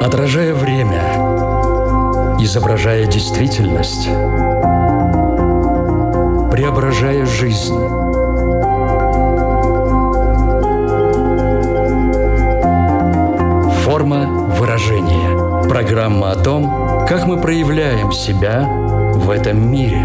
Отражая время, изображая действительность, преображая жизнь. Форма выражения. Программа о том, как мы проявляем себя в этом мире.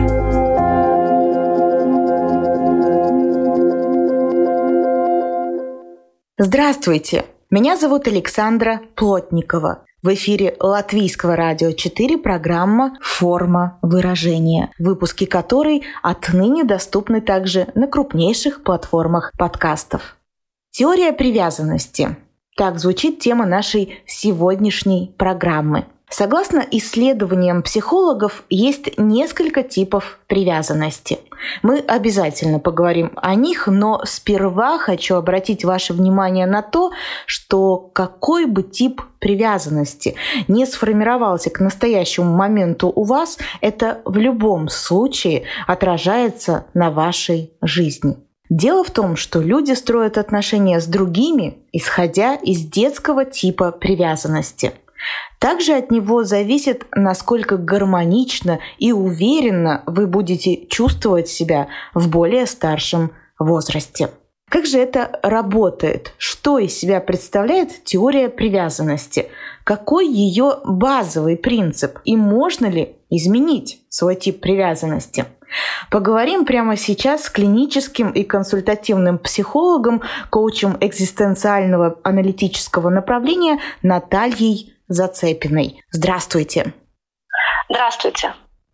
Здравствуйте! Меня зовут Александра Плотникова. В эфире Латвийского радио 4 программа «Форма выражения», выпуски которой отныне доступны также на крупнейших платформах подкастов. Теория привязанности. Так звучит тема нашей сегодняшней программы. Согласно исследованиям психологов, есть несколько типов привязанности. Мы обязательно поговорим о них, но сперва хочу обратить ваше внимание на то, что какой бы тип привязанности не сформировался к настоящему моменту у вас, это в любом случае отражается на вашей жизни. Дело в том, что люди строят отношения с другими, исходя из детского типа привязанности. Также от него зависит, насколько гармонично и уверенно вы будете чувствовать себя в более старшем возрасте. Как же это работает? Что из себя представляет теория привязанности? Какой ее базовый принцип? И можно ли изменить свой тип привязанности? Поговорим прямо сейчас с клиническим и консультативным психологом, коучем экзистенциального аналитического направления Натальей Зацепиной. Здравствуйте. Здравствуйте.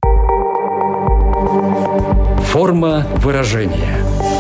Форма выражения.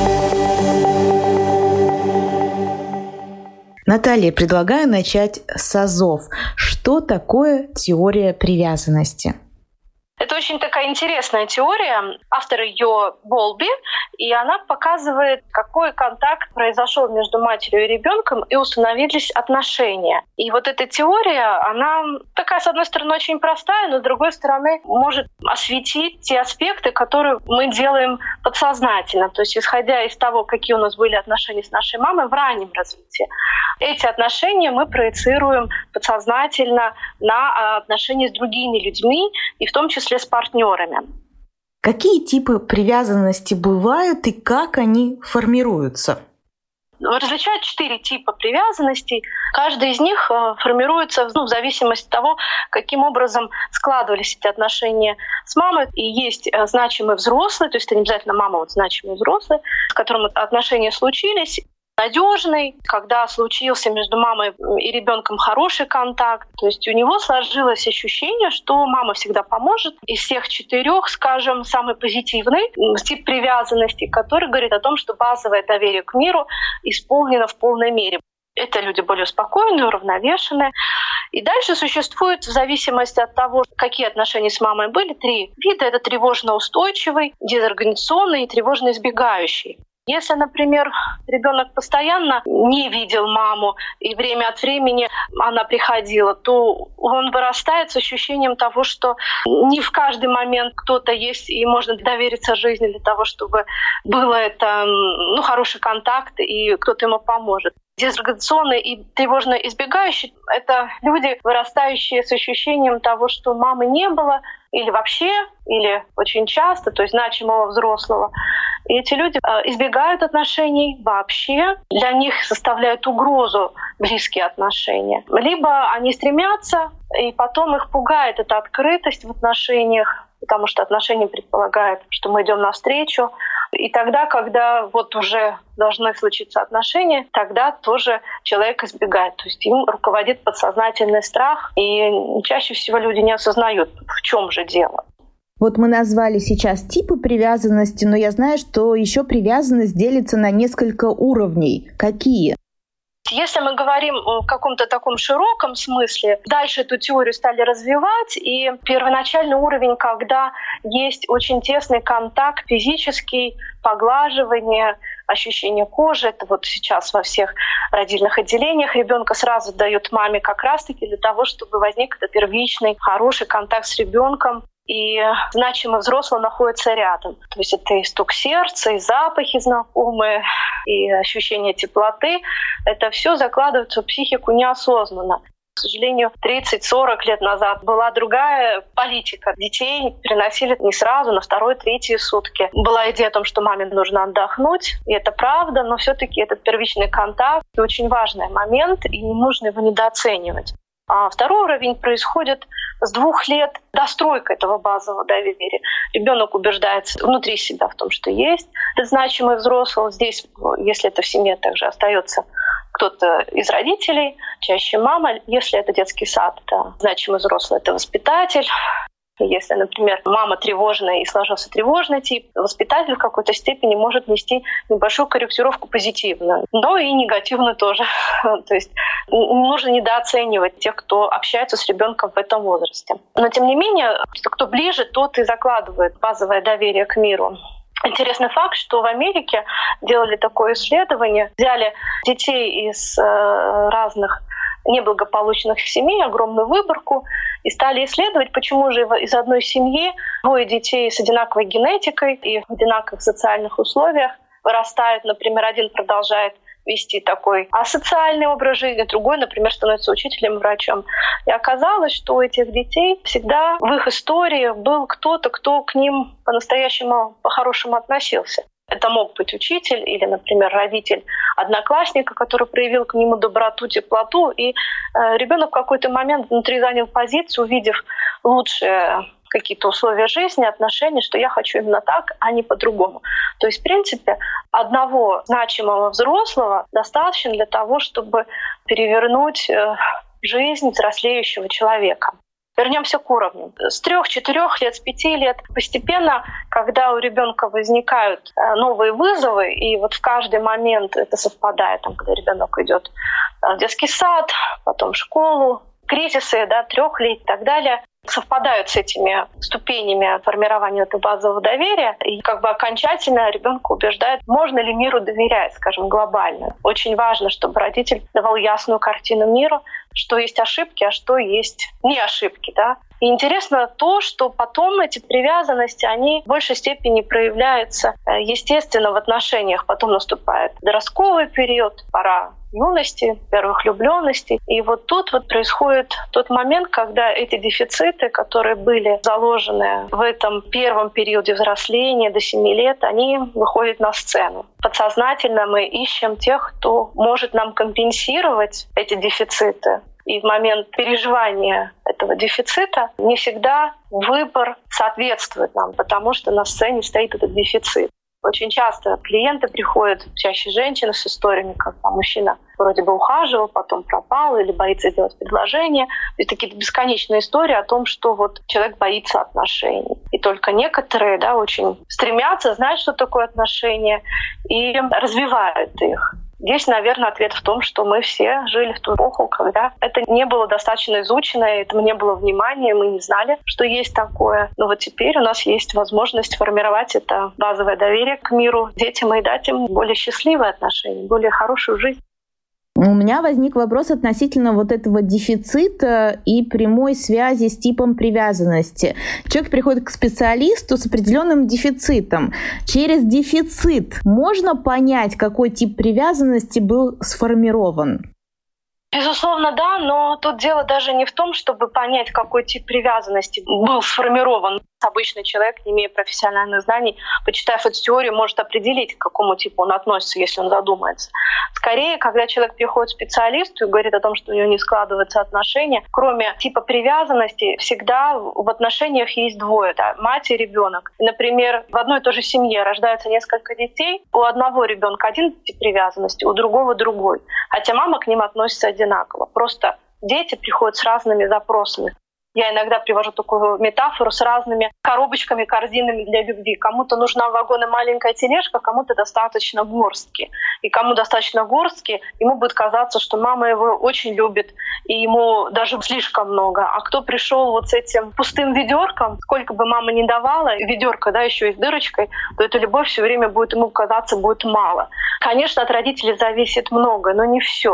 Наталья, предлагаю начать с азов. Что такое теория привязанности? Это очень такая интересная теория. Автор ее Болби, и она показывает, какой контакт произошел между матерью и ребенком, и установились отношения. И вот эта теория, она такая, с одной стороны, очень простая, но с другой стороны, может осветить те аспекты, которые мы делаем подсознательно. То есть, исходя из того, какие у нас были отношения с нашей мамой в раннем развитии. Эти отношения мы проецируем подсознательно на отношения с другими людьми, и в том числе с партнерами. Какие типы привязанности бывают и как они формируются? Различают 4 типа привязанностей. Каждый из них формируется в зависимости от того, каким образом складывались эти отношения с мамой. И есть значимый взрослый, то есть это не обязательно мама, вот значимый взрослый, с которым отношения случились. Надежный, когда случился между мамой и ребенком хороший контакт. То есть у него сложилось ощущение, что мама всегда поможет. Из всех 4, скажем, самый позитивный тип привязанности, который говорит о том, что базовое доверие к миру исполнено в полной мере. Это люди более спокойные, уравновешенные. И дальше существует, в зависимости от того, какие отношения с мамой были, 3 вида. Это тревожно-устойчивый, дезорганизационный и тревожно-избегающий. Если, например, ребенок постоянно не видел маму, и время от времени она приходила, то он вырастает с ощущением того, что не в каждый момент кто-то есть, и можно довериться жизни для того, чтобы было это хороший контакт, и кто-то ему поможет. Дезорганационный и тревожно избегающий — это люди, вырастающие с ощущением того, что мамы не было, или вообще, или очень часто, то есть значимого взрослого. И эти люди избегают отношений вообще. Для них составляют угрозу близкие отношения. Либо они стремятся, и потом их пугает эта открытость в отношениях, потому что отношения предполагают, что мы идем навстречу. И тогда, когда вот уже должны случиться отношения, тогда тоже человек избегает. То есть им руководит подсознательный страх, и чаще всего люди не осознают, в чем же дело. Вот мы назвали сейчас типы привязанности, но я знаю, что еще привязанность делится на несколько уровней. Какие? Если мы говорим в каком-то таком широком смысле, дальше эту теорию стали развивать, и первоначальный уровень, когда есть очень тесный контакт физический, поглаживание, ощущение кожи, это вот сейчас во всех родильных отделениях ребенка сразу дают маме как раз-таки для того, чтобы возник этот первичный хороший контакт с ребенком. И значимый взрослый находится рядом. То есть это и стук сердца, и запахи знакомые, и ощущение теплоты. Это все закладывается в психику неосознанно. К сожалению, 30-40 лет назад была другая политика. Детей переносили не сразу, на второй, третьи сутки. Была идея о том, что маме нужно отдохнуть, и это правда, но все-таки этот первичный контакт — очень важный момент, и не нужно его недооценивать. А второй уровень происходит с 2 лет, достройка этого базового доверия. Ребенок убеждается внутри себя в том, что есть значимый взрослый. Здесь, если это в семье, также остается кто-то из родителей, чаще мама. Если это детский сад, это значимый взрослый, это воспитатель. Если, например, мама тревожная и сложился тревожный тип, воспитатель в какой-то степени может нести небольшую корректировку позитивную, но и негативную тоже. То есть не нужно недооценивать тех, кто общается с ребенком в этом возрасте. Но тем не менее, кто ближе, тот и закладывает базовое доверие к миру. Интересный факт, что в Америке делали такое исследование, взяли детей из разных неблагополучных семей, огромную выборку, и стали исследовать, почему же из одной семьи 2 детей с одинаковой генетикой и в одинаковых социальных условиях вырастают. Например, один продолжает вести такой асоциальный образ жизни, другой, например, становится учителем, врачом. И оказалось, что у этих детей всегда в их истории был кто-то, кто к ним по-настоящему по-хорошему относился. Это мог быть учитель или, например, родитель одноклассника, который проявил к нему доброту, теплоту. И ребенок в какой-то момент внутри занял позицию, увидев лучшие какие-то условия жизни, отношения, что я хочу именно так, а не по-другому. То есть, в принципе, одного значимого взрослого достаточно для того, чтобы перевернуть жизнь взрослеющего человека. Вернемся к уровню. С 3-4 лет, с 5 лет постепенно, когда у ребенка возникают новые вызовы, и вот в каждый момент это совпадает, там, когда ребенок идет в детский сад, потом в школу, кризисы, 3 лет и так далее, совпадают с этими ступенями формирования этого базового доверия, и окончательно ребенка убеждает, можно ли миру доверять, скажем, глобально. Очень важно, чтобы родитель давал ясную картину миру, что есть ошибки, а что есть не ошибки. И интересно то, что потом эти привязанности, они в большей степени проявляются естественно в отношениях. Потом наступает подростковый период, пора юности, первых влюбленностей. И вот тут происходит тот момент, когда эти дефициты, которые были заложены в этом первом периоде взросления до 7 лет, они выходят на сцену. Подсознательно мы ищем тех, кто может нам компенсировать эти дефициты. И в момент переживания этого дефицита не всегда выбор соответствует нам, потому что на сцене стоит этот дефицит. Очень часто клиенты приходят, чаще женщины, с историями, как мужчина вроде бы ухаживал, потом пропал или боится сделать предложение. И такие бесконечные истории о том, что человек боится отношений. И только некоторые очень стремятся знать, что такое отношения, и развивают их. Здесь, наверное, ответ в том, что мы все жили в ту эпоху, когда это не было достаточно изучено, этому не было внимания, мы не знали, что есть такое. Но теперь у нас есть возможность формировать это базовое доверие к миру детям и дать им более счастливые отношения, более хорошую жизнь. У меня возник вопрос относительно этого дефицита и прямой связи с типом привязанности. Человек приходит к специалисту с определенным дефицитом. Через дефицит можно понять, какой тип привязанности был сформирован? Безусловно, да, но тут дело даже не в том, чтобы понять, какой тип привязанности был сформирован. Обычный человек, не имея профессиональных знаний, почитав эту теорию, может определить, к какому типу он относится, если он задумается. Скорее, когда человек приходит к специалисту и говорит о том, что у него не складываются отношения, кроме типа привязанности, всегда в отношениях есть двое, мать и ребенок. Например, в одной и той же семье рождаются несколько детей, у одного ребенка один тип привязанности, у другого другой. Хотя мама к ним относится одинаково. Просто дети приходят с разными запросами. Я иногда привожу такую метафору с разными коробочками, корзинами для любви. Кому-то нужна в вагоне маленькая тележка, кому-то достаточно горстки. И кому достаточно горстки, ему будет казаться, что мама его очень любит, и ему даже слишком много. А кто пришел с этим пустым ведерком, сколько бы мама ни давала, ведерко, еще и с дырочкой, то эта любовь все время будет ему казаться будет мало. Конечно, от родителей зависит многое, но не все.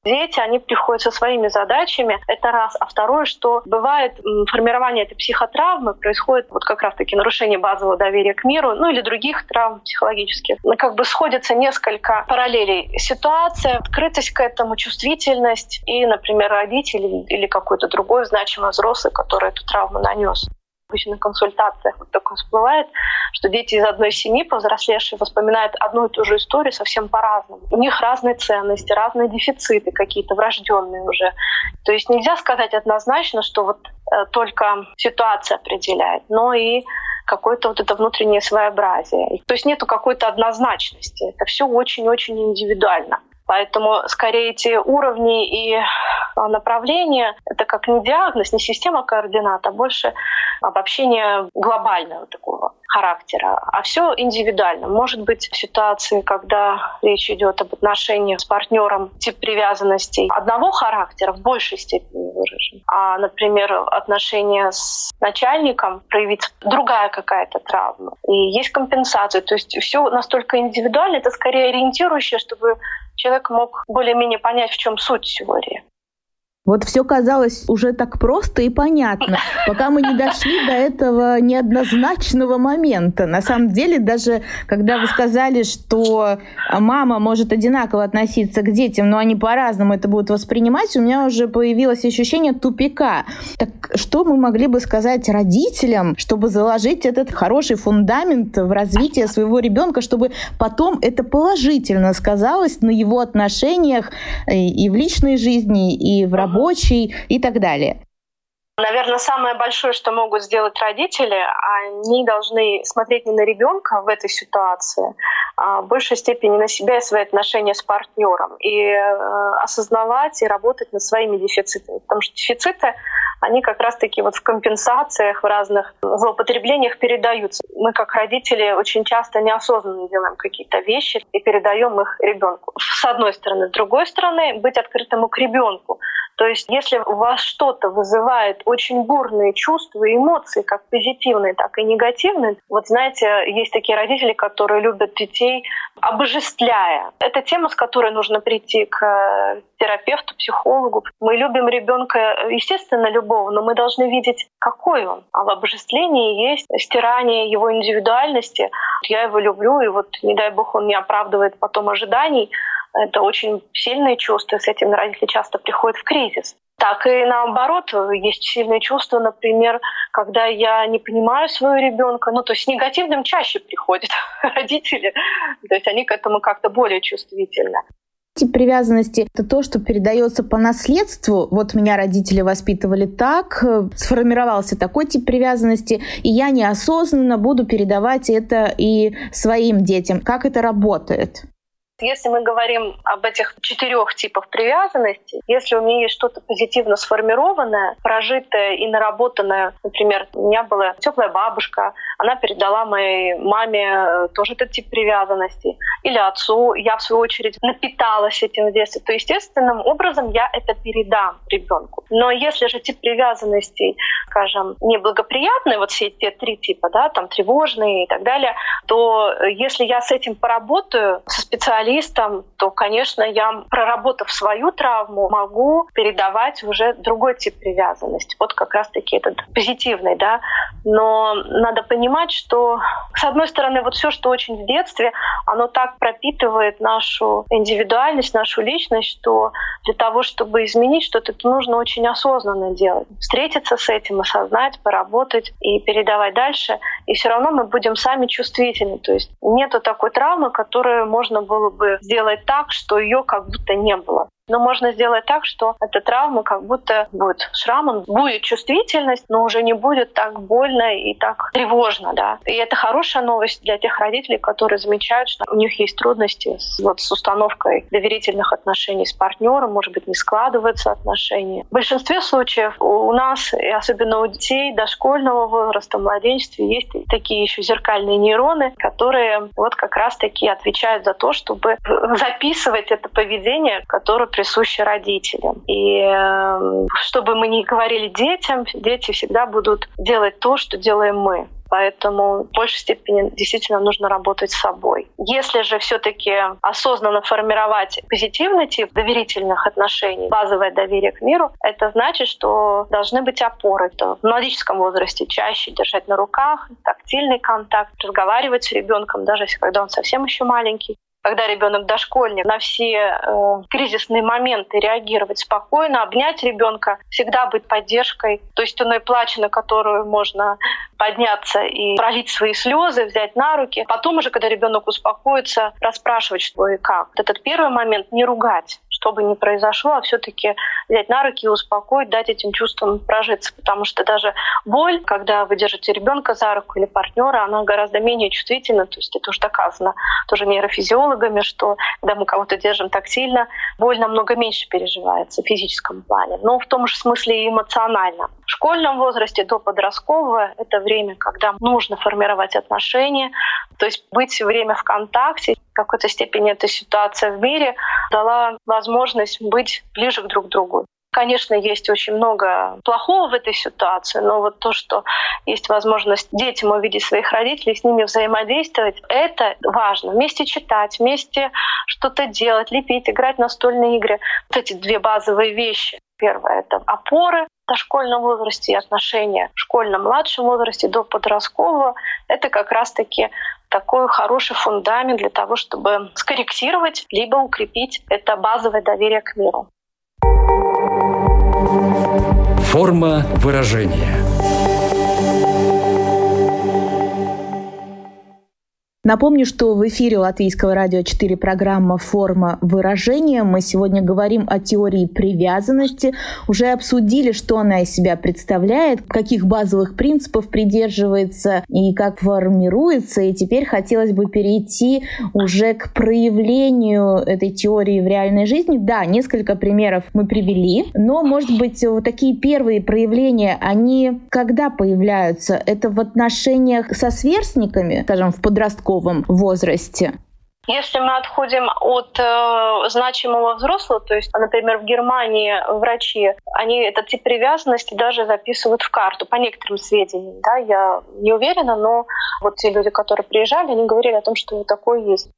Дети, они приходят со своими задачами, это раз. А второе, что бывает формирование этой психотравмы, происходит вот как раз-таки нарушение базового доверия к миру, ну или других травм психологических. Как бы сходятся несколько параллелей. Ситуация, открытость к этому, чувствительность и, например, родитель или какой-то другой значимый взрослый, который эту травму нанес. Обычно на консультациях вот такое всплывает, что дети из одной семьи, повзрослевшие, воспоминают одну и ту же историю совсем по-разному. У них разные ценности, разные дефициты, какие-то врожденные уже. То есть нельзя сказать однозначно, что вот только ситуация определяет, но и какое-то вот это внутреннее своеобразие. То есть нету какой-то однозначности. Это все очень-очень индивидуально. Поэтому скорее эти уровни и направления — это как не диагноз, не система координат, а больше обобщение глобального такого характера. А все индивидуально. Может быть ситуации, когда речь идет об отношениях с партнером, тип привязанности одного характера в большей степени выражен. А, например, отношения с начальником проявится другая какая-то травма. И есть компенсация. То есть все настолько индивидуально, это скорее ориентирующее, чтобы человек мог более-менее понять, в чем суть теории. Вот все казалось уже так просто и понятно, пока мы не дошли до этого неоднозначного момента. На самом деле, даже когда вы сказали, что мама может одинаково относиться к детям, но они по-разному это будут воспринимать, у меня уже появилось ощущение тупика. Так что мы могли бы сказать родителям, чтобы заложить этот хороший фундамент в развитие своего ребенка, чтобы потом это положительно сказалось на его отношениях и в личной жизни, и в рабочей, и так далее? Наверное, самое большое, что могут сделать родители, они должны смотреть не на ребенка в этой ситуации, а в большей степени на себя и свои отношения с партнером, и осознавать и работать над своими дефицитами. Потому что дефициты, они как раз-таки вот в компенсациях, в разных злоупотреблениях передаются. Мы, как родители, очень часто неосознанно делаем какие-то вещи и передаем их ребенку. С одной стороны. С другой стороны, быть открытым к ребенку. То есть если у вас что-то вызывает очень бурные чувства и эмоции, как позитивные, так и негативные, вот знаете, есть такие родители, которые любят детей обожествляя. Это тема, с которой нужно прийти к терапевту, психологу. Мы любим ребенка, естественно, любого, но мы должны видеть, какой он. А в обожествлении есть стирание его индивидуальности. Я его люблю, и вот, не дай бог, он не оправдывает потом ожиданий. Это очень сильные чувства, с этим родители часто приходят в кризис. Так и наоборот, есть сильные чувства, например, когда я не понимаю своего ребенка. Ну, то есть с негативным чаще приходят родители, то есть они к этому как-то более чувствительны. Тип привязанности — это то, что передается по наследству. Вот меня родители воспитывали так, сформировался такой тип привязанности, и я неосознанно буду передавать это и своим детям. Как это работает? Если мы говорим об этих 4 типах привязанности, если у меня есть что-то позитивно сформированное, прожитое и наработанное, например, у меня была теплая бабушка, она передала моей маме тоже этот тип привязанности, или отцу, я в свою очередь напиталась этим в детстве, то естественным образом я это передам ребенку. Но если же тип привязанностей, скажем, неблагоприятный, вот все те 3 типа, да, там тревожные и так далее, то если я с этим поработаю со специалистом, то, конечно, я, проработав свою травму, могу передавать уже другой тип привязанности. Вот как раз-таки этот позитивный, да. Но надо понимать, что, с одной стороны, вот все, что очень в детстве, оно так пропитывает нашу индивидуальность, нашу личность, что для того, чтобы изменить что-то, это нужно очень осознанно делать. Встретиться с этим, осознать, поработать и передавать дальше. И все равно мы будем сами чувствительны. То есть нету такой травмы, которую можно было бы сделать так, что ее как будто не было. Но можно сделать так, что эта травма как будто будет шрамом, будет чувствительность, но уже не будет так больно и так тревожно. Да? И это хорошая новость для тех родителей, которые замечают, что у них есть трудности с установкой доверительных отношений с партнером, может быть, не складываются отношения. В большинстве случаев у нас, и особенно у детей дошкольного возраста, в младенчестве, есть такие еще зеркальные нейроны, которые вот как раз-таки отвечают за то, чтобы записывать это поведение, которое присущи родителям. И что бы мы ни говорили детям, дети всегда будут делать то, что делаем мы. Поэтому в большей степени действительно нужно работать с собой. Если же все-таки осознанно формировать позитивный тип доверительных отношений, базовое доверие к миру, это значит, что должны быть опоры. В младенческом возрасте чаще держать на руках, тактильный контакт, разговаривать с ребенком, даже если когда он совсем еще маленький. Когда ребенок дошкольник, на все кризисные моменты реагировать спокойно, обнять ребенка, всегда быть поддержкой. То есть той плача, на которую можно подняться и пролить свои слезы, взять на руки. Потом уже, когда ребенок успокоится, расспрашивать, что и как. Этот первый момент — не ругать, что бы ни произошло, а все-таки взять на руки и успокоить, дать этим чувствам прожиться. Потому что даже боль, когда вы держите ребенка за руку или партнера, она гораздо менее чувствительна. То есть это уже доказано тоже нейрофизиологами, что когда мы кого-то держим так сильно, боль намного меньше переживается в физическом плане, но в том же смысле и эмоционально. В школьном возрасте до подросткового — это время, когда нужно формировать отношения, то есть быть все время в контакте. В какой-то степени эта ситуация в мире дала возможность быть ближе к друг другу. Конечно, есть очень много плохого в этой ситуации, но вот то, что есть возможность детям увидеть своих родителей, с ними взаимодействовать, это важно. Вместе читать, вместе что-то делать, лепить, играть в настольные игры. Вот эти две базовые вещи. Первое — это опоры в дошкольном возрасте и отношения в школьном-младшем возрасте до подросткового. Это как раз-таки такой хороший фундамент для того, чтобы скорректировать либо укрепить это базовое доверие к миру. Форма выражения. Напомню, что в эфире Латвийского радио 4 программа «Форма выражения». Мы сегодня говорим о теории привязанности. Уже обсудили, что она из себя представляет, каких базовых принципов придерживается и как формируется. И теперь хотелось бы перейти уже к проявлению этой теории в реальной жизни. Да, несколько примеров мы привели, но, может быть, вот такие первые проявления, они когда появляются? Это в отношениях со сверстниками, скажем, в подростковом возрасте? Если мы отходим от значимого взрослого, то есть, например, в Германии врачи, они этот тип привязанности даже записывают в карту, по некоторым сведениям. Да, я не уверена, но вот те люди, которые приезжали, они говорили о том, что вот такое есть.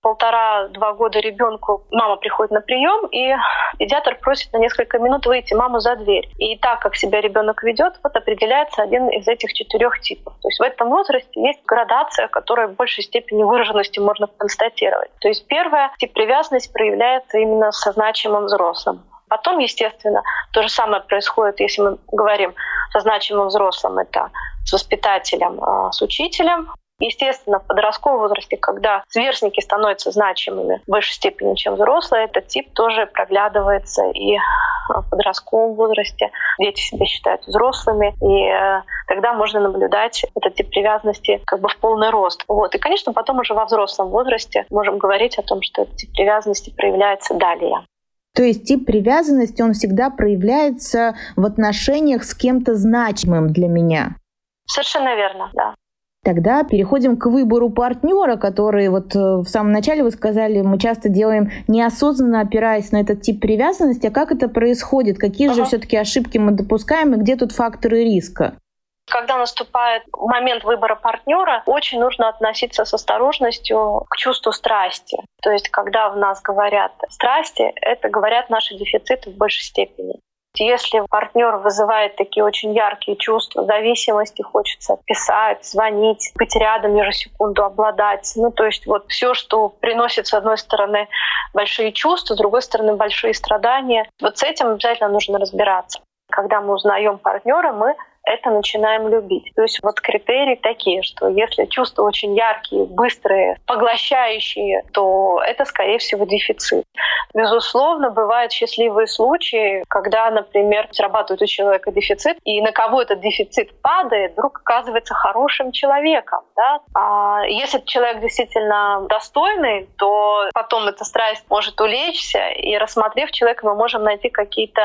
1,5-2 года ребенку мама приходит на прием, и педиатр просит на несколько минут выйти маму за дверь. И так, как себя ребенок ведет, вот определяется один из этих 4 типов. То есть в этом возрасте есть градация, которая в большей степени выраженности можно констатировать. То есть первый тип привязанности проявляется именно со значимым взрослым. Потом, естественно, то же самое происходит, если мы говорим со значимым взрослым, это с воспитателем, с учителем. Естественно, в подростковом возрасте, когда сверстники становятся значимыми в большей степени, чем взрослые, этот тип тоже проглядывается и в подростковом возрасте. Дети себя считают взрослыми, и тогда можно наблюдать этот тип привязанности как бы в полный рост. Вот. И, конечно, потом уже во взрослом возрасте можем говорить о том, что этот тип привязанности проявляется далее. То есть тип привязанности, он всегда проявляется в отношениях с кем-то значимым для меня? Совершенно верно, да. Тогда переходим к выбору партнера, который вот в самом начале вы сказали, мы часто делаем неосознанно, опираясь на этот тип привязанности. А как это происходит? Какие же все-таки ошибки мы допускаем и где тут факторы риска? Когда наступает момент выбора партнера, очень нужно относиться с осторожностью к чувству страсти. То есть, когда в нас говорят страсти, это говорят наши дефициты в большей степени. Если партнер вызывает такие очень яркие чувства зависимости, хочется писать, звонить, быть рядом ежесекунду, обладать. То есть вот все, что приносит, с одной стороны, большие чувства, с другой стороны, большие страдания. Вот с этим обязательно нужно разбираться. Когда мы узнаем партнера, мы это начинаем любить. То есть вот критерии такие, что если чувства очень яркие, быстрые, поглощающие, то это, скорее всего, дефицит. Безусловно, бывают счастливые случаи, когда, например, срабатывает у человека дефицит, и на кого этот дефицит падает, вдруг оказывается хорошим человеком. Да? А если человек действительно достойный, то потом эта страсть может улечься, и, рассмотрев человека, мы можем найти какие-то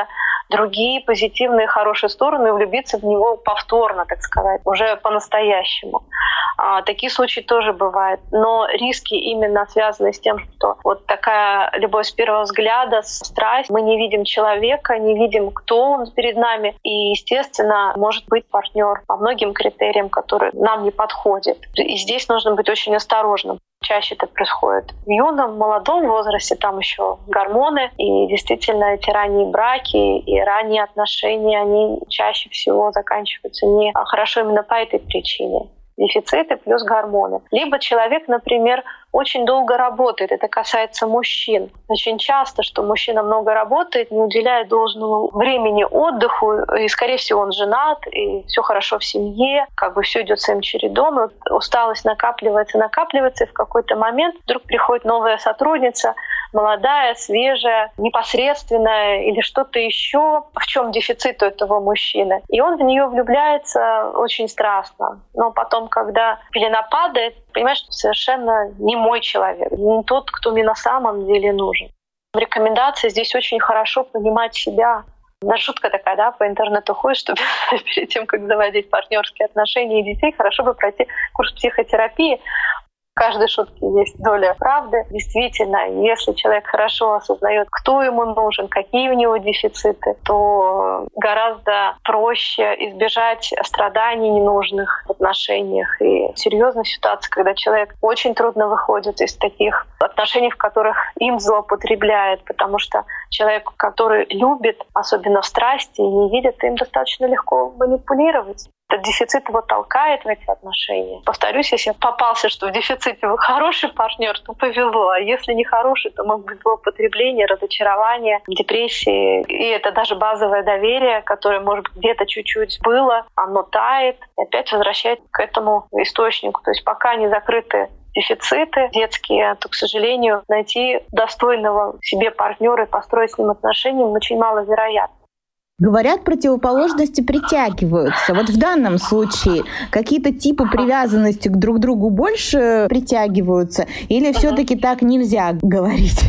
другие позитивные, хорошие стороны и влюбиться в него повторно, так сказать, уже по-настоящему. Такие случаи тоже бывают. Но риски именно связаны с тем, что вот такая любовь с первого взгляда, страсть, мы не видим человека, не видим, кто он перед нами. И, естественно, может быть партнер по многим критериям, которые нам не подходят. И здесь нужно быть очень осторожным. Чаще это происходит в юном, молодом возрасте, там еще гормоны. И действительно эти ранние браки и ранние отношения, они чаще всего заканчиваются не хорошо именно по этой причине. Дефициты плюс гормоны. Либо человек, например, очень долго работает. Это касается мужчин. Очень часто, что мужчина много работает, не уделяет должного времени отдыху, и, скорее всего, он женат, и все хорошо в семье, все идет своим чередом, и усталость накапливается, и в какой-то момент вдруг приходит новая сотрудница, молодая, свежая, непосредственная или что-то еще, в чем дефицит у этого мужчины. И он в нее влюбляется очень страстно. Но потом, когда пелена падает, понимаешь, что совершенно не мой человек, не тот, кто мне на самом деле нужен. В рекомендации здесь очень хорошо понимать себя. Даже шутка такая, да, по интернету ходит, что перед тем, как заводить партнерские отношения и детей, хорошо бы пройти курс психотерапии. В каждой шутке есть доля правды. Действительно, если человек хорошо осознает, кто ему нужен, какие у него дефициты, то гораздо проще избежать страданий ненужных в отношениях и серьезных ситуаций, когда человек очень трудно выходит из таких отношений, в которых им злоупотребляет, потому что человек, который любит, особенно в страсти, и не видит, им достаточно легко манипулировать. Этот дефицит его толкает в эти отношения. Повторюсь, если попался, что в дефиците вы хороший партнер, то повезло. А если не хороший, то может быть злоупотребление, разочарование, депрессии. И это даже базовое доверие, которое, может быть, где-то чуть-чуть было, оно тает и опять возвращает к этому источнику. То есть пока не закрыты дефициты детские, то, к сожалению, найти достойного себе партнера и построить с ним отношения очень маловероятно. Говорят, противоположности притягиваются. Вот в данном случае какие-то типы привязанности к друг другу больше притягиваются, или все-таки так нельзя говорить?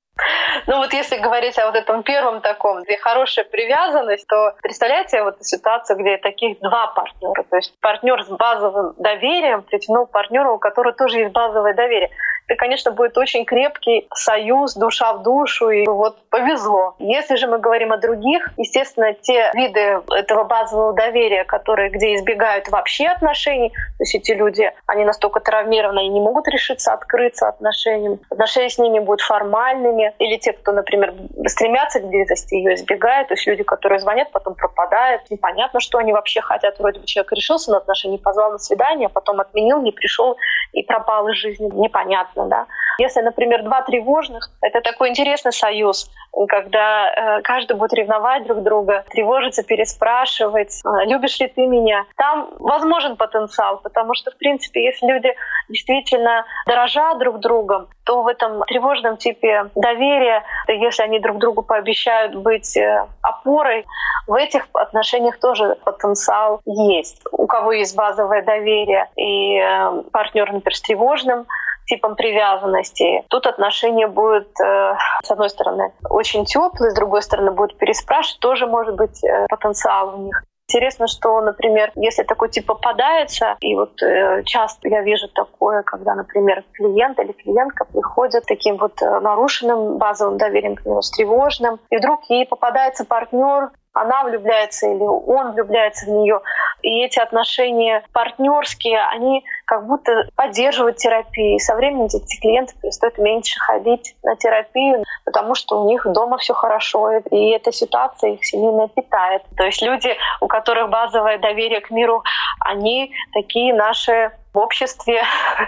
Ну вот если говорить о вот этом первом таком, где хорошая привязанность, то представляете вот ситуацию, где таких два партнера. То есть партнер с базовым доверием притянул партнера, у которого тоже есть базовое доверие. Это, конечно, будет очень крепкий союз, душа в душу, и вот повезло. Если же мы говорим о других, естественно, те виды этого базового доверия, которые где избегают вообще отношений, то есть эти люди, они настолько травмированы и не могут решиться открыться отношениям, отношения с ними будут формальными, или те, кто, например, стремятся к близости, ее избегают, то есть люди, которые звонят, потом пропадают, непонятно, что они вообще хотят, вроде бы человек решился на отношения, позвал на свидание, потом отменил, не пришел и пропал из жизни, непонятно. Да? Если, например, два тревожных, это такой интересный союз, когда каждый будет ревновать друг друга, тревожиться, переспрашивать, любишь ли ты меня. Там возможен потенциал, потому что, в принципе, если люди действительно дорожат друг другом, то в этом тревожном типе доверия, если они друг другу пообещают быть опорой, в этих отношениях тоже потенциал есть. У кого есть базовое доверие и партнер, например, с тревожным типом привязанности, тут отношения будут, с одной стороны, очень теплые, с другой стороны, будут переспрашивать, тоже может быть потенциал у них. Интересно, что, например, если такой тип попадается, и вот часто я вижу такое, когда, например, клиент или клиентка приходят таким вот нарушенным базовым доверием к нему, с тревожным, и вдруг ей попадается партнер, она влюбляется или он влюбляется в нее. И эти отношения партнерские, они как будто поддерживают терапию. И со временем эти клиенты перестают меньше ходить на терапию, потому что у них дома все хорошо, и эта ситуация их сильно питает. То есть люди, у которых базовое доверие к миру, они такие наши в обществе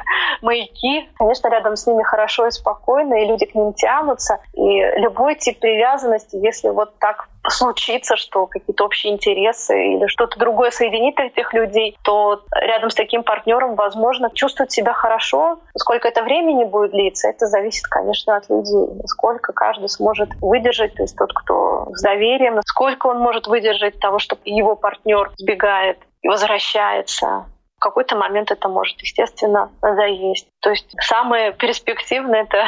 маяки. Конечно, рядом с ними хорошо и спокойно, и люди к ним тянутся. И любой тип привязанности, если вот так случится, что какие-то общие интересы или что-то другое соединит этих людей, то рядом с таким партнером возможно чувствовать себя хорошо. Сколько это времени будет длиться, это зависит, конечно, от людей. Насколько каждый сможет выдержать, то есть тот, кто с доверием, насколько он может выдержать того, что его партнер сбегает и возвращается. В какой-то момент это может, естественно, надоесть. То есть самое перспективное — это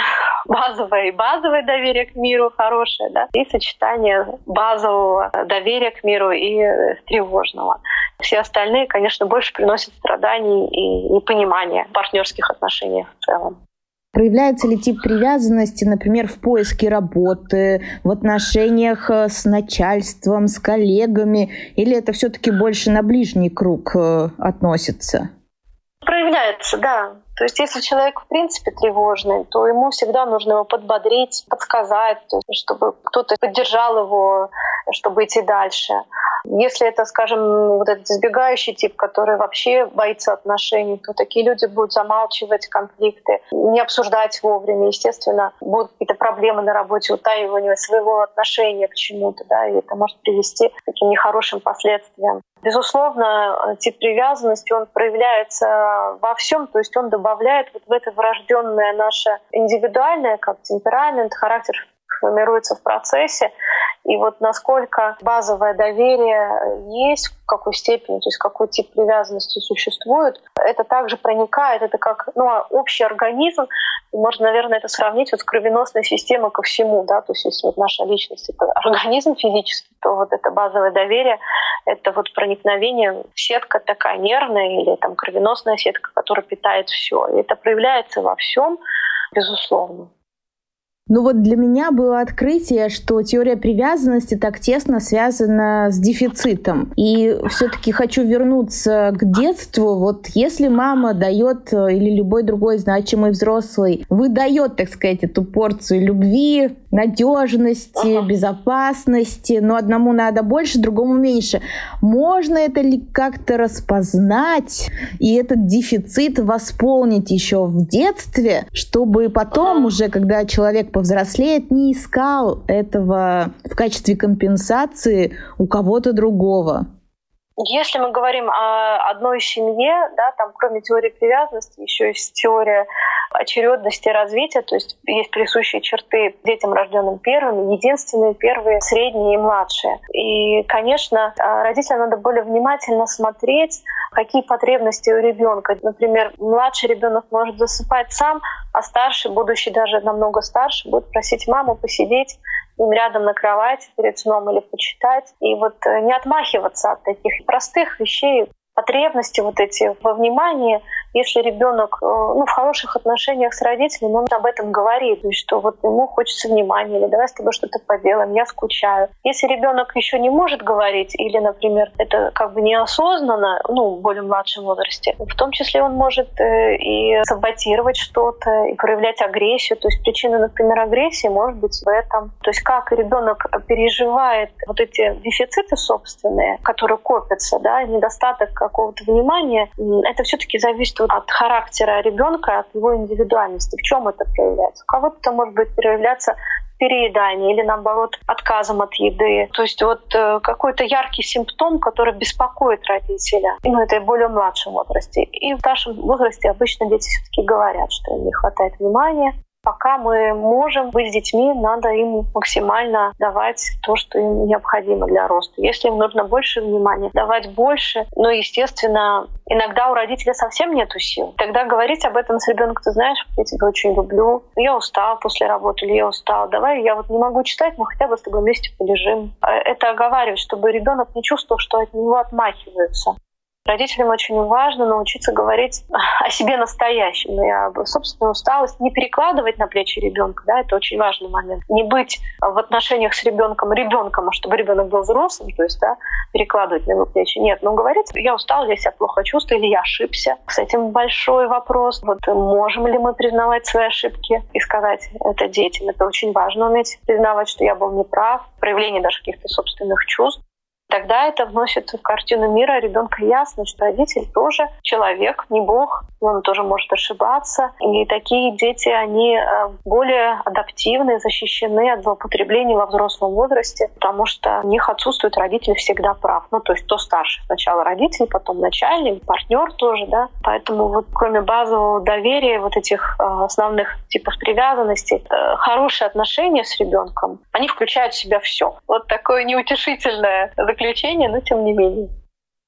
базовое доверие к миру хорошее, да, и сочетание базового доверия к миру и тревожного. Все остальные, конечно, больше приносят страданий и непонимания в партнерских отношениях в целом. Проявляется ли тип привязанности, например, в поиске работы, в отношениях с начальством, с коллегами, или это все-таки больше на ближний круг относится? Проявляется, да. То есть если человек в принципе тревожный, то ему всегда нужно его подбодрить, подсказать, чтобы кто-то поддержал его, чтобы идти дальше. Если это, скажем, вот этот избегающий тип, который вообще боится отношений, то такие люди будут замалчивать конфликты, не обсуждать вовремя. Естественно, будут какие-то проблемы на работе, утаивание своего отношения к чему-то, да, и это может привести к таким нехорошим последствиям. Безусловно, тип привязанности, он проявляется во всем, то есть он добавляет вот в это врожденное наше индивидуальное, как темперамент, характер формируется в процессе. И вот насколько базовое доверие есть, в какой степени, то есть какой тип привязанности существует, это также проникает, это как общий организм. И можно, наверное, это сравнить вот с кровеносной системой ко всему. Да? То есть если вот наша личность — это организм физический, то вот это базовое доверие — это вот проникновение, сетка такая нервная или там кровеносная сетка, которая питает все. И это проявляется во всем, безусловно. Ну вот для меня было открытие, что теория привязанности так тесно связана с дефицитом. И все-таки хочу вернуться к детству. Вот если мама дает, или любой другой значимый взрослый выдает, так сказать, эту порцию любви, надежности, безопасности, но одному надо больше, другому меньше. Можно это ли как-то распознать и этот дефицит восполнить еще в детстве, чтобы потом уже, когда человек повзрослеет, не искал этого в качестве компенсации у кого-то другого? Если мы говорим о одной семье, да, там кроме теории привязанности еще есть теория очередности развития, то есть есть присущие черты детям, рожденным первыми, единственные, первые, средние и младшие. И, конечно, родителям надо более внимательно смотреть, какие потребности у ребенка. Например, младший ребенок может засыпать сам, а старший, будущий даже намного старше, будет просить маму посидеть им рядом на кровати перед сном или почитать. И вот не отмахиваться от таких простых вещей, потребности вот эти во внимании. Если ребенок в хороших отношениях с родителями, он об этом говорит, то есть, что вот ему хочется внимания, или давай с тобой что-то поделаем, я скучаю. Если ребенок еще не может говорить, или, например, это как бы неосознанно, в более младшем возрасте, в том числе он может и саботировать что-то, и проявлять агрессию. То есть причина, например, агрессии может быть в этом. То есть как ребенок переживает вот эти дефициты собственные, которые копятся, да, недостаток какого-то внимания, это все-таки зависит от характера ребенка, от его индивидуальности. В чем это проявляется? У кого-то это может быть проявляться перееданием или, наоборот, отказом от еды. То есть вот какой-то яркий симптом, который беспокоит родителя. Это и в более младшем возрасте. И в старшем возрасте обычно дети все-таки говорят, что им не хватает внимания. Пока мы можем быть с детьми, надо им максимально давать то, что им необходимо для роста. Если им нужно больше внимания, давать больше. Но, естественно, иногда у родителя совсем нету сил. Тогда говорить об этом с ребенком: ты знаешь, я тебя очень люблю, я устал после работы, или я устал, давай, я вот не могу читать, но хотя бы с тобой вместе полежим. Это оговаривать, чтобы ребенок не чувствовал, что от него отмахиваются. Родителям очень важно научиться говорить о себе настоящем, и об собственной усталости, не перекладывать на плечи ребенка, да, это очень важный момент. Не быть в отношениях с ребенком, а чтобы ребенок был взрослым, то есть, да, перекладывать на его плечи. Нет, но говорить: я устал, я себя плохо чувствую, или я ошибся. С этим большой вопрос. Вот можем ли мы признавать свои ошибки и сказать это детям? Это очень важно, уметь признавать, что я был неправ, проявление даже каких-то собственных чувств. Тогда это вносит в картину мира ребенка ясно, что родитель тоже человек, не Бог, он тоже может ошибаться. И такие дети, они более адаптивны, защищены от злоупотреблений во взрослом возрасте, потому что у них отсутствует родитель всегда прав. То есть кто старше? Сначала родитель, потом начальник, партнер тоже, да. Поэтому вот кроме базового доверия, вот этих основных типов привязанности, хорошие отношения с ребенком, они включают в себя все. Вот такое неутешительное заключение, но тем не менее.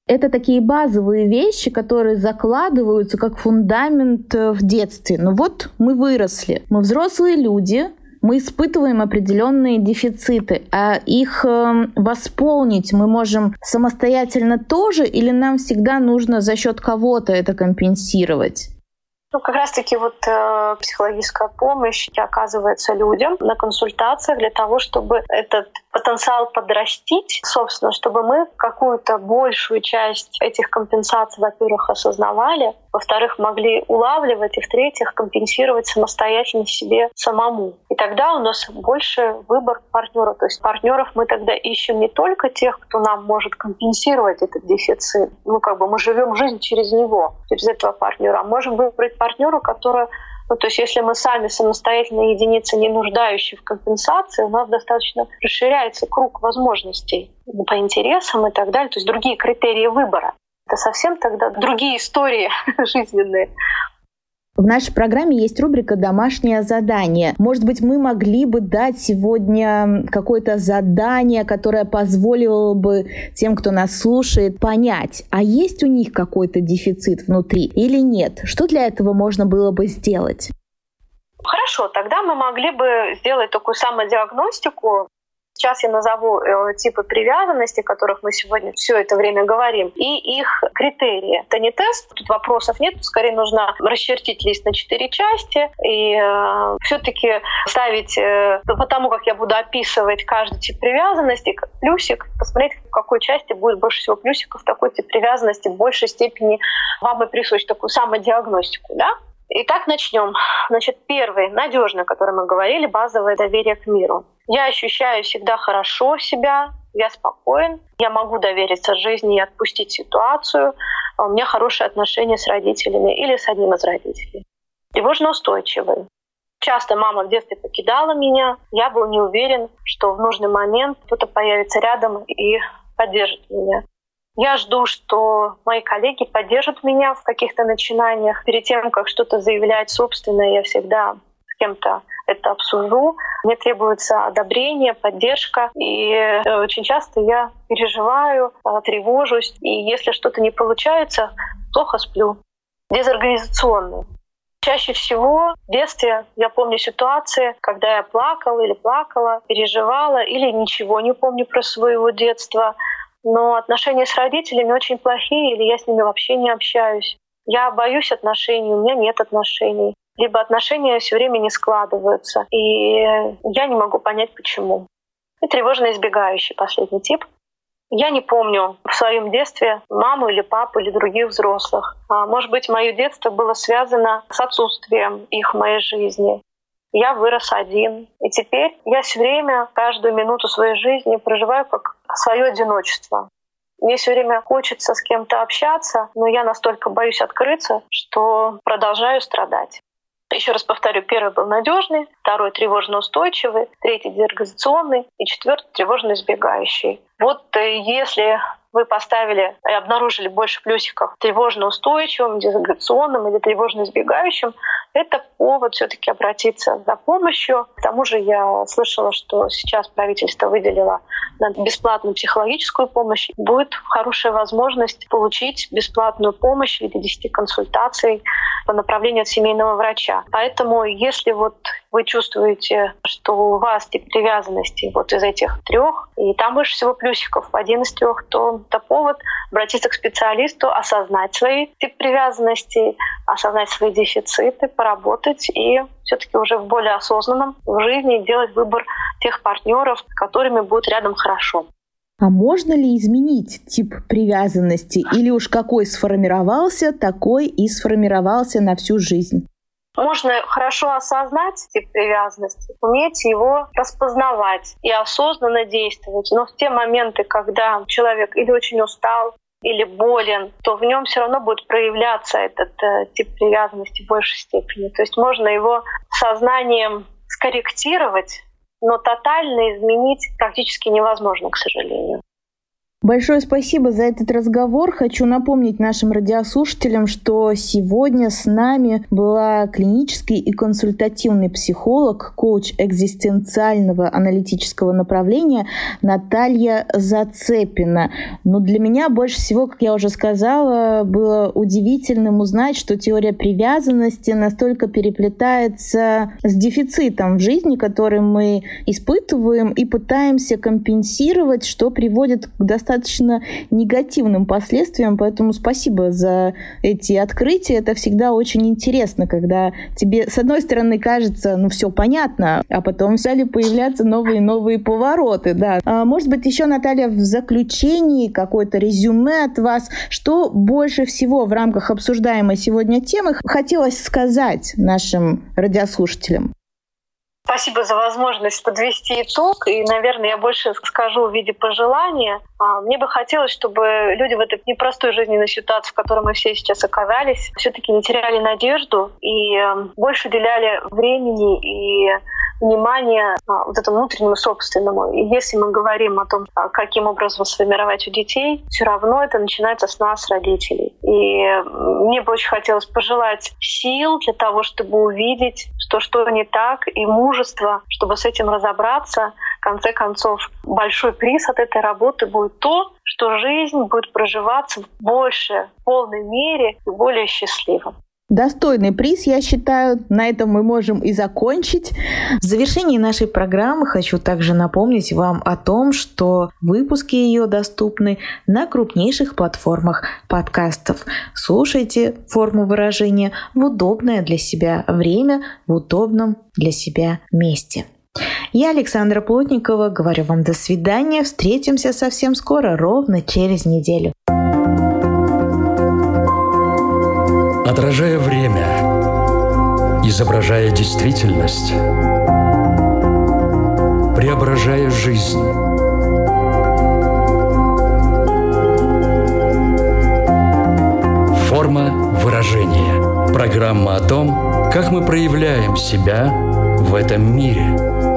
Это такие базовые вещи, которые закладываются как фундамент в детстве. Ну вот мы выросли, мы взрослые люди, мы испытываем определенные дефициты, а их восполнить мы можем самостоятельно тоже, или нам всегда нужно за счет кого-то это компенсировать? Как раз-таки психологическая помощь оказывается людям на консультациях для того, чтобы этот потенциал подрастить, собственно, чтобы мы какую-то большую часть этих компенсаций, во-первых, осознавали, во-вторых, могли улавливать, и в-третьих, компенсировать самостоятельно себе самому. И тогда у нас больше выбор партнера. То есть партнеров мы тогда ищем не только тех, кто нам может компенсировать этот дефицит. Мы живем жизнь через него, через этого партнера. А можем выбрать партнера, который... то есть если мы сами самостоятельные единицы, не нуждающие в компенсации, у нас достаточно расширяется круг возможностей по интересам и так далее. То есть другие критерии выбора. Это совсем тогда другие истории жизненные. В нашей программе есть рубрика «Домашнее задание». Может быть, мы могли бы дать сегодня какое-то задание, которое позволило бы тем, кто нас слушает, понять, а есть у них какой-то дефицит внутри или нет? Что для этого можно было бы сделать? Хорошо, тогда мы могли бы сделать такую самодиагностику. Сейчас я назову типы привязанности, о которых мы сегодня все это время говорим, и их критерии. Это не тест, тут вопросов нет, скорее нужно расчертить лист на 4 части и все-таки ставить, по тому, как я буду описывать каждый тип привязанности, плюсик, посмотреть, в какой части будет больше всего плюсиков, такой тип привязанности в большей степени вам и присущ, такую самодиагностику, да? Итак, начнем. Первый, надежный, о котором мы говорили, базовое доверие к миру. Я ощущаю всегда хорошо себя, я спокоен, я могу довериться жизни и отпустить ситуацию, у меня хорошие отношения с родителями или с одним из родителей. Тревожно-устойчивый. Часто мама в детстве покидала меня, я был не уверен, что в нужный момент кто-то появится рядом и поддержит меня. Я жду, что мои коллеги поддержат меня в каких-то начинаниях. Перед тем, как что-то заявлять собственное, я всегда с кем-то это обсужу. Мне требуется одобрение, поддержка. И очень часто я переживаю, тревожусь. И если что-то не получается, плохо сплю. Дезорганизационный. Чаще всего в детстве я помню ситуации, когда я плакала или плакала, переживала или ничего не помню про своего детства. Но отношения с родителями очень плохие, или я с ними вообще не общаюсь. Я боюсь отношений, у меня нет отношений. Либо отношения все время не складываются, и я не могу понять, почему. И тревожно-избегающий последний тип. Я не помню в своем детстве маму или папу или других взрослых. Может быть, мое детство было связано с отсутствием их в моей жизни. Я вырос один. И теперь я все время, каждую минуту своей жизни проживаю как свое одиночество. Мне все время хочется с кем-то общаться, но я настолько боюсь открыться, что продолжаю страдать. Еще раз повторю, первый был надежный, второй тревожно-устойчивый, третий дезорганизационный и четвертый тревожно-избегающий. Если вы поставили и обнаружили больше плюсиков тревожно-устойчивым, дезорганизационным или тревожно-избегающим, это повод все-таки обратиться за помощью. К тому же я слышала, что сейчас правительство выделило на бесплатную психологическую помощь. Будет хорошая возможность получить бесплатную помощь в виде 10 консультаций по направлению от семейного врача. Поэтому если вы чувствуете, что у вас тип привязанности из этих 3, и там больше всего плюсиков, один из 3, то это повод обратиться к специалисту, осознать свои тип привязанности, осознать свои дефициты, поработать и все-таки уже в более осознанном в жизни делать выбор тех партнеров, с которыми будет рядом хорошо. А можно ли изменить тип привязанности? Или уж какой сформировался, такой и сформировался на всю жизнь? Можно хорошо осознать тип привязанности, уметь его распознавать и осознанно действовать. Но в те моменты, когда человек или очень устал, или болен, то в нем все равно будет проявляться этот тип привязанности в большей степени. То есть можно его сознанием скорректировать, но тотально изменить практически невозможно, к сожалению. Большое спасибо за этот разговор. Хочу напомнить нашим радиослушателям, что сегодня с нами была клинический и консультативный психолог, коуч экзистенциального аналитического направления Наталья Зацепина. Но для меня больше всего, как я уже сказала, было удивительным узнать, что теория привязанности настолько переплетается с дефицитом в жизни, который мы испытываем, и пытаемся компенсировать, что приводит к достаточно негативным последствиям, поэтому спасибо за эти открытия. Это всегда очень интересно, когда тебе, с одной стороны, кажется, все понятно, а потом стали появляться новые и новые повороты. Да. Может быть, еще, Наталья, в заключении какое-то резюме от вас, что больше всего в рамках обсуждаемой сегодня темы хотелось сказать нашим радиослушателям? Спасибо за возможность подвести итог. И, наверное, я больше скажу в виде пожелания. Мне бы хотелось, чтобы люди в этой непростой жизненной ситуации, в которой мы все сейчас оказались, все-таки не теряли надежду и больше уделяли времени и внимание вот этому внутреннему собственному. И если мы говорим о том, каким образом сформировать у детей, все равно это начинается с нас, родителей. И мне бы очень хотелось пожелать сил для того, чтобы увидеть, что не так, и мужества, чтобы с этим разобраться. В конце концов, большой приз от этой работы будет то, что жизнь будет проживаться в большей, полной мере и более счастливо. Достойный приз, я считаю. На этом мы можем и закончить. В завершении нашей программы хочу также напомнить вам о том, что выпуски ее доступны на крупнейших платформах подкастов. Слушайте форму выражения в удобное для себя время, в удобном для себя месте. Я, Александра Плотникова, говорю вам до свидания. Встретимся совсем скоро, ровно через неделю. Отражая время, изображая действительность, преображая жизнь. Форма выражения. Программа о том, как мы проявляем себя в этом мире.